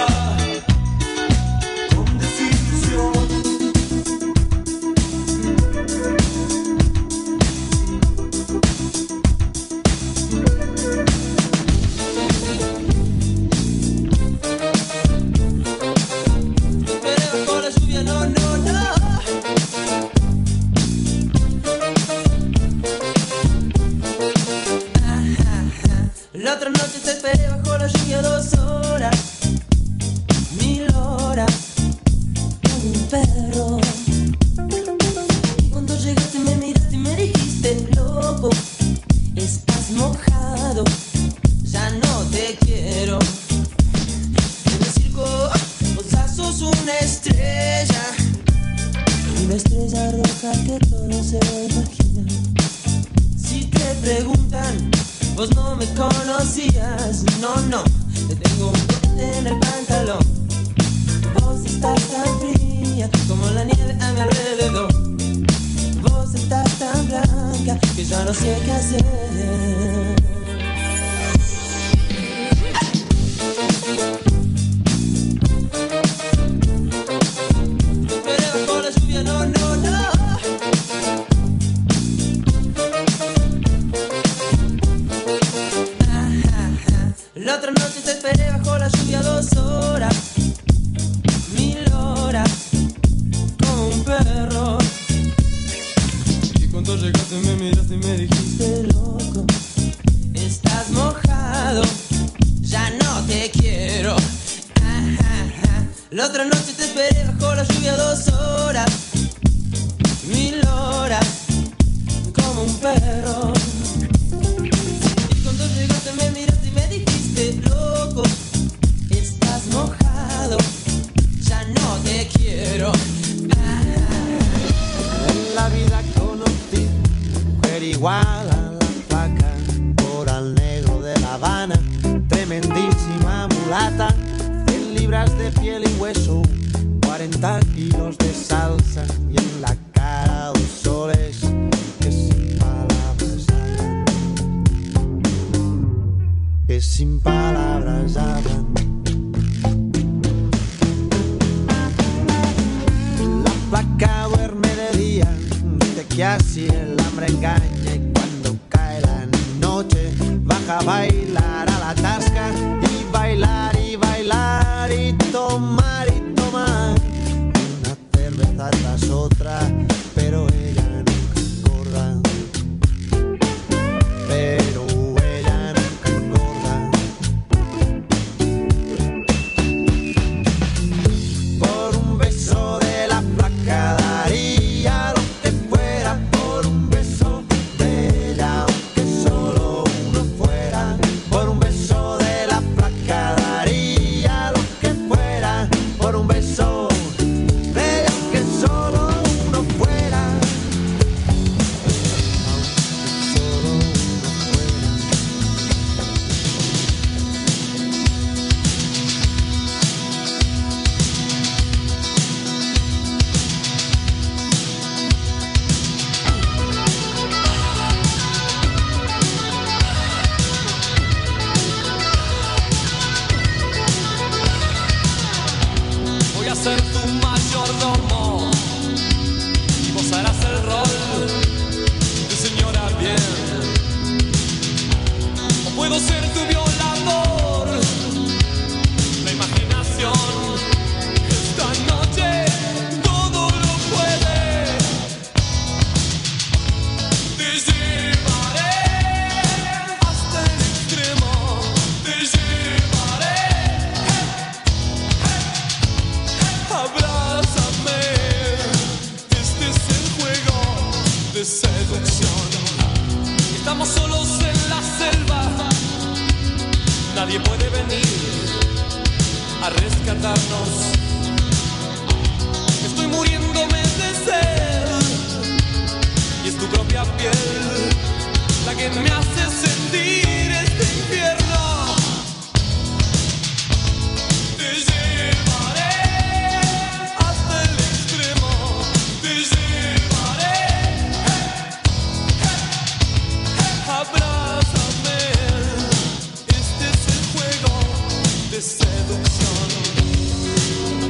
con desilusión. Pero con la lluvia no, no, no. La otra noche te esperé bajo la lluvia dos horas, mil horas, como un perro. Y cuando llegaste me miraste y me dijiste, loco, estás mojado, ya no te quiero. En el circo vos ya sos una estrella, una estrella roja que todo se imagina. te preguntan, vos no me conocías. No, no, te tengo un corte en el pantalón. Vos estás tan fría como la nieve a mi alrededor. Vos estás tan blanca que ya no sé qué hacer. No, no, no. Ah, ah, ah. La otra noche te esperé bajo la lluvia dos horas, mil horas, como un perro. Y cuando llegaste me miraste y me dijiste, loco, estás mojado, ya no te quiero. Ah, ah, ah. La otra noche te esperé bajo la lluvia dos horas, mil horas, como un perro. Y cuando llegaste me miraste y me dijiste, loco, estás mojado, ya no te quiero. Ah. En la vida conocí mujer igual a la flaca, por al negro de La Habana, tremendísima mulata, cien libras de piel y hueso, cuarenta kilos de salsa y en la cara dos soles que sin palabras hablan, que sin palabras hablan. La flaca duerme de día, dice que así el hambre engaña, y cuando cae la noche baja a bailar a la tasca, y bailar y bailar y tomar y tomar una cerveza tras otra, pero ella nunca engorda, pero ella nunca engorda. Por un beso de la flaca daría lo que fuera, por un beso de ella aunque solo uno fuera, por un beso de la flaca daría lo que fuera, por un beso de ella aunque solo uno fuera, aunque solo uno Voy a ser tu mayordomo y vos harás el rol de señora bien. O puedo ser tu violador, la imaginación esta noche todo lo puede. Te llevaré hasta el extremo, te llevaré. Abrázame, este es el juego de seducción. Estamos solos en la selva, nadie puede venir a rescatarnos. Estoy muriéndome de sed y es tu propia piel la que me hace sentir este infierno. Te llevaré hasta el extremo, te llevaré. Abrázame, este es el juego de seducción.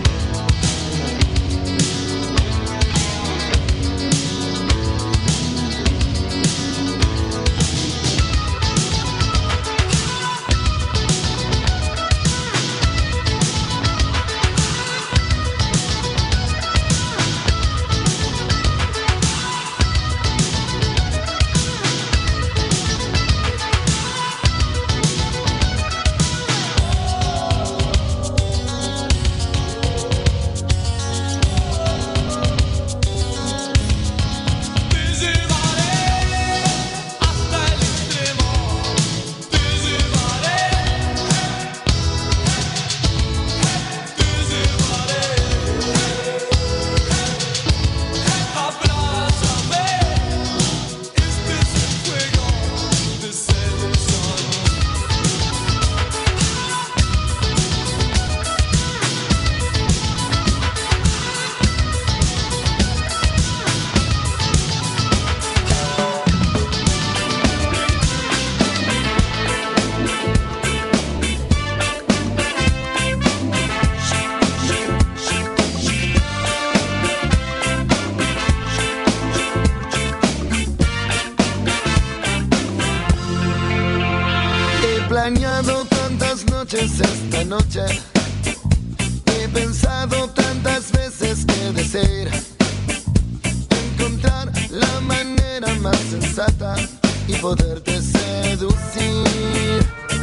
noches esta noche. He pensado tantas veces que desear encontrar la manera más sensata y poderte seducir.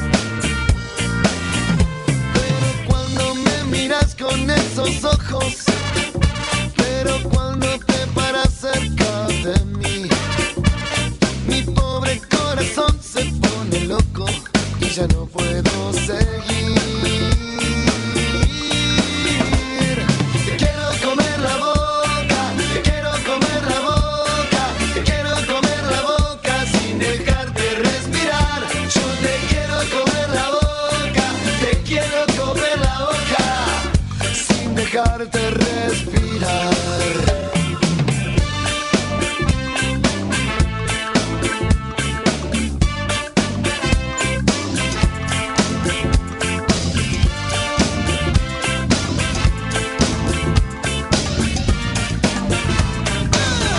Pero cuando me miras con esos ojos, pero cuando te paras cerca de mí, mi pobre corazón se pone loco y ya no puedo seguir. Te quiero comer la boca, te quiero comer la boca, te quiero comer la boca sin dejarte respirar. Yo te quiero comer la boca, te quiero comer la boca sin dejarte respirar.